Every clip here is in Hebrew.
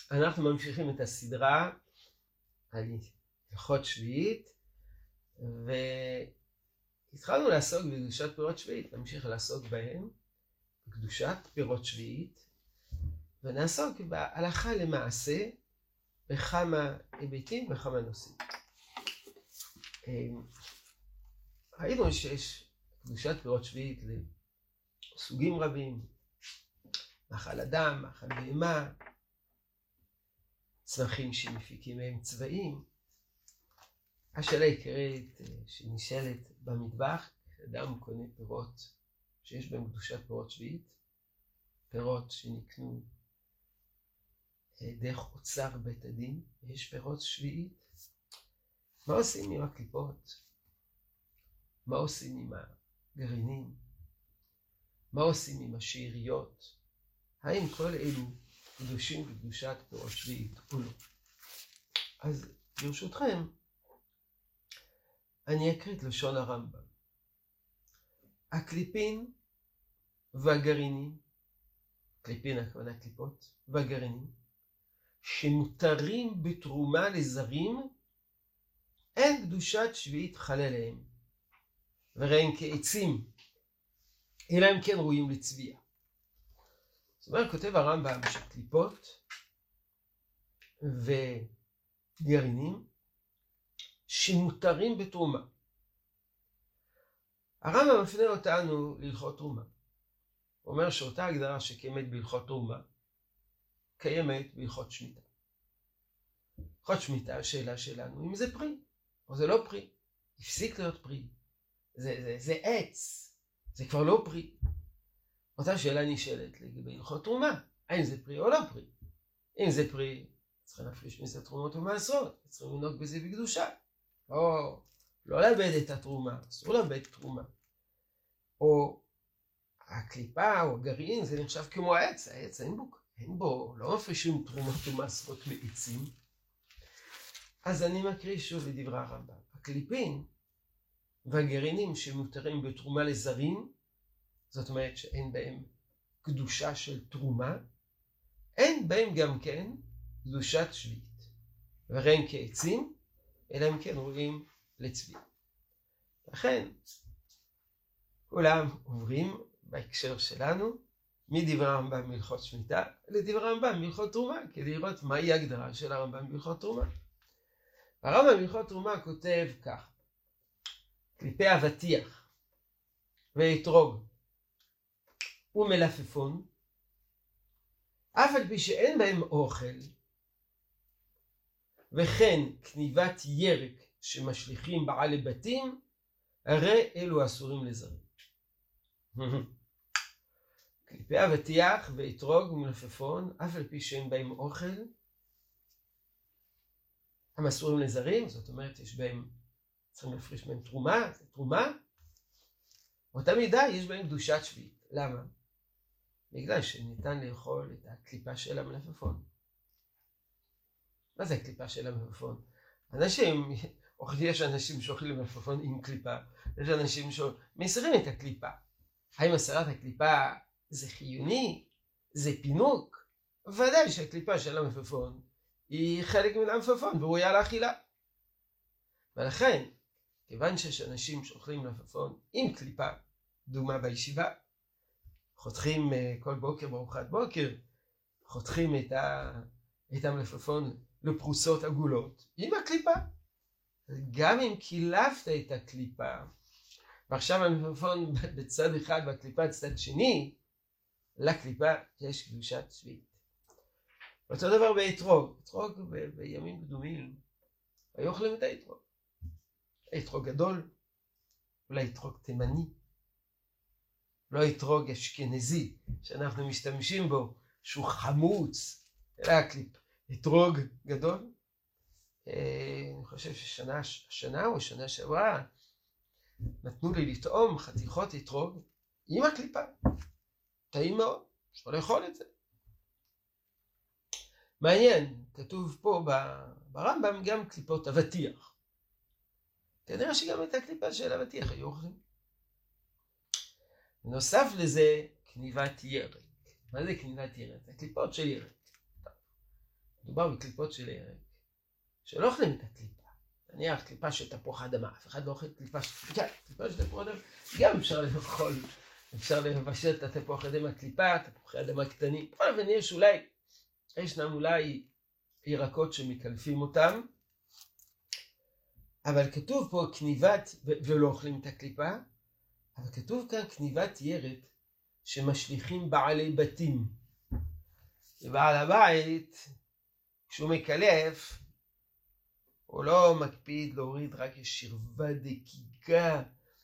אנחנו ממשיכים את הסדרה על הלכות שביעית, והתחלנו לעסוק בקדושת פירות שביעית, נמשיך לעסוק בהם, בקדושת פירות שביעית, ונעסוק בהלכה למעשה בכמה היבטים, בכמה נושאים. ראינו שיש קדושת פירות שביעית לסוגים רבים, מאכל אדם, מאכל בהמה, צמחים שמפיקים מהם צבעים. השאלה העיקרית שנשאלת במטבח, אדם קונה פירות שיש בהם קדושת פירות שביעית, פירות שנקנו דרך אוצר בית הדין, יש פירות שביעית. מה עושים עם הקליפות? מה עושים עם הגרעינים? מה עושים עם השאריות? האם כל אלו קדושים בקדושת פירות שביעית או לא? אז ברשותכם, אני אקריא את לשון הרמב"ם. הקליפין והגרעינים, קליפין הכוונה קליפות, והגרעינים, שמותרים בתרומה לזרים, אין קדושת שביעית חל עליהם, וראיהם כעצים, אלא הם כן ראויים לצביעה. זאת אומרת, כותב הרמב"ם שקליפות וגרעינים שמותרים בתרומה. הרמב"ם מפנה אותנו להלכות תרומה. הוא אומר שאותה הגדרה שקיימת בהלכות תרומה, קיימת בהלכות שמיטה. הלכות שמיטה, השאלה שלנו, אם זה פרי או זה לא פרי. הפסיק להיות פרי. זה עץ. זה כבר לא פרי. אותה שאלה נשאלת לגבי הלכות תרומה. האם זה פרי או לא פרי? אם זה פרי, צריכים להפריש מזה תרומות ומעשרות. צריכים לנהוג בזה בקדושה. או לא לאבד את התרומה. אסור לאבד תרומה. או הקליפה או הגרעין זה נחשב כמו העץ. העץ אין בו, לא מפרישים תרומות ומעשרות בעצים. אז אני מקריא שוב את דברי הרמב"ם. הקליפין והגרעינים שמותרים בתרומה לזרים, זאת אומרת שאין בהם קדושה של תרומה, אין בהם גם כן קדושת שביעית. וראיהם כעצים, אלא הם כן ראויים לצביעה. לכן, כולם עוברים בהקשר שלנו, מדברי הרמב"ם בהלכות שמיטה, לדברי הרמב"ם בהלכות תרומה, כדי לראות מהי ההגדרה של הרמב"ם בהלכות תרומה. הרמב"ם בהלכות תרומה כותב כך: קליפי אבטיח ואתרוג ומלפפון, אף על פי שאין בהם אוכל, וכן כניבת ירק שמשליכים בעלי בתים, הרי אלו אסורים לזרים. קליפי אבטיח ואתרוג ומלפפון, אף על פי שאין בהם אוכל, הם אסורים לזרים, זאת אומרת יש בהם, צריכים להפריש בהם תרומה, זה תרומה. באותה מידה יש בהם קדושת שביעית. למה? בגלל שניתן לאכול את הקליפה של המלפפון. מה זה הקליפה של המלפפון? יש אנשים שאוכלים מלפפון עם קליפה, יש אנשים שמסירים את הקליפה. האם הסרת הקליפה זה חיוני? זה פינוק? ודאי שהקליפה של המלפפון היא חלק מן המלפפון וראויה לאכילה. ולכן, כיוון שיש אנשים שאוכלים מלפפון עם קליפה, דוגמה בישיבה, חותכים כל בוקר בארוחת בוקר, חותכים את המלפפון לפרוסות עגולות עם הקליפה. גם אם קילפת את הקליפה, ועכשיו המלפפון בצד אחד והקליפה בצד שני, לקליפה יש קדושת שביעית. אותו דבר באתרוג. אתרוג בימים קדומים היו אוכלים את האתרוג. אתרוג גדול, אולי אתרוג תימני, לא אתרוג אשכנזי שאנחנו משתמשים בו, שהוא חמוץ, אלא אתרוג גדול. אני חושב השנה או שנה שעברה נתנו לי לטעום חתיכות אתרוג עם הקליפה. טעים מאוד, אפשר לאכול את זה. מעניין, כתוב פה ברמב"ם גם קליפות אבטיח. כנראה שגם את הקליפה של אבטיח היו אוכלים. בנוסף לזה, כניבת ירק. מה זה כניבת ירק? הקליפות של ירק. מדובר בקליפות של ירק, שלא אוכלים את הקליפה. נניח קליפה של תפוח אדמה, אף אחד לא אוכל קליפה של תפוח אדמה, גם אפשר לאכול, אפשר לבשל את התפוח אדמה קליפה, תפוחי אדמה קטנים, אבל ישנם אולי ירקות שמקלפים אותם, אבל כתוב פה כניבת, ולא אוכלים את הקליפה, אבל כתוב כאן כניבת ירק שמשליכים בעלי בתים. ובעל הבית, כשהוא מקלף, הוא לא מקפיד להוריד רק שכבה דקיקה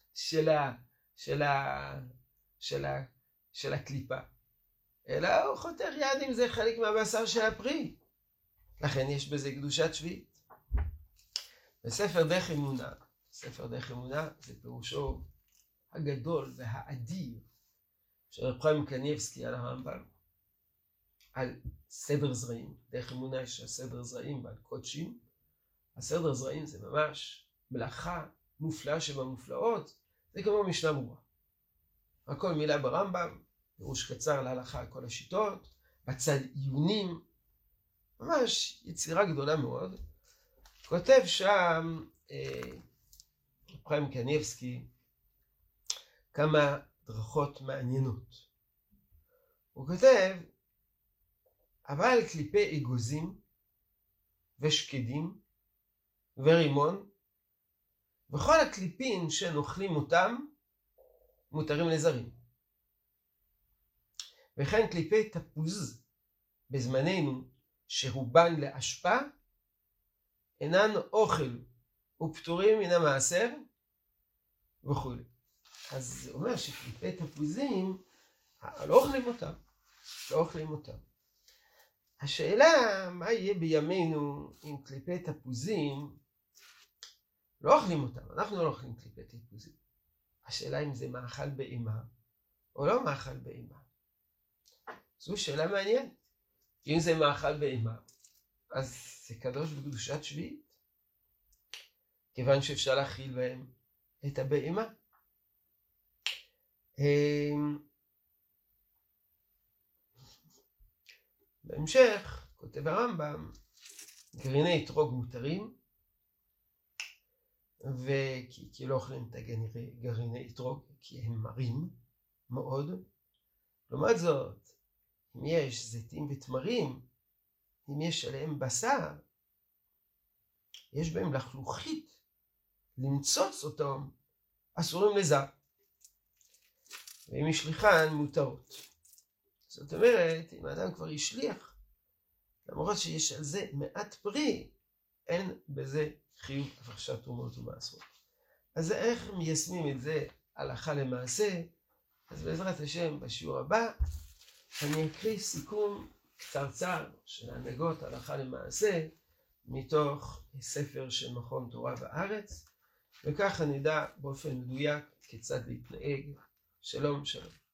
של הקליפה, אלא הוא חותר יד אם זה חלק מהבשר של הפרי. לכן יש בזה קדושת שביעית. בספר דרך אמונה, ספר דרך אמונה זה פירושו הגדול והאדיר של רב חיים קניבסקי על הרמב"ם, על סדר זרעים. דרך אמונה יש סדר זרעים ועל קודשים. הסדר זרעים זה ממש מלאכה מופלאה שבמופלאות, זה כמו משנה ברורה. הכל מילה ברמב"ם, פירוש קצר להלכה על כל השיטות, בצד עיונים, ממש יצירה גדולה מאוד. כותב שם רב חיים קניבסקי כמה דרכות מעניינות. הוא כותב, אבל קליפי אגוזים ושקדים ורימון וכל הקליפים שנאכלים אותם מותרים לזרים. וכן קליפי תפוז בזמננו שרובן לאשפה אינן אוכל ופטורים מן המעשר וכו'. אז זה אומר שקליפי תפוזים לא אוכלים אותם. השאלה מה יהיה בימינו עם קליפי תפוזים, לא אוכלים אותם, אנחנו לא אוכלים קליפי תפוזים. השאלה אם זה מאכל בהמה או לא מאכל בהמה. זו שאלה מעניינת. אם זה מאכל בהמה, אז זה קדוש בקדושת שביעית, כיוון שאפשר להכיל בהם את הבהמה. בהמשך כותב הרמב"ם, גרעיני אתרוג מותרים, כי לא אוכלים את גרעיני אתרוג, כי הם מרים מאוד. לעומת זאת, אם יש זיתים ותמרים, אם יש עליהם בשר, יש בהם לחלוכית, למצוץ אותם, אסורים לזר. ואם השליחן מותרות. זאת אומרת, אם האדם כבר ישליח, למרות שיש על זה מעט פרי, אין בזה חיוב הפרשת תרומות ומעשרות. אז איך מיישמים את זה הלכה למעשה? אז בעזרת השם בשיעור הבא אני אקריא סיכום קצרצר של הנהגות הלכה למעשה מתוך ספר של מכון תורה בארץ, וככה נדע באופן מדויק כיצד להתנהג. שלום שלום.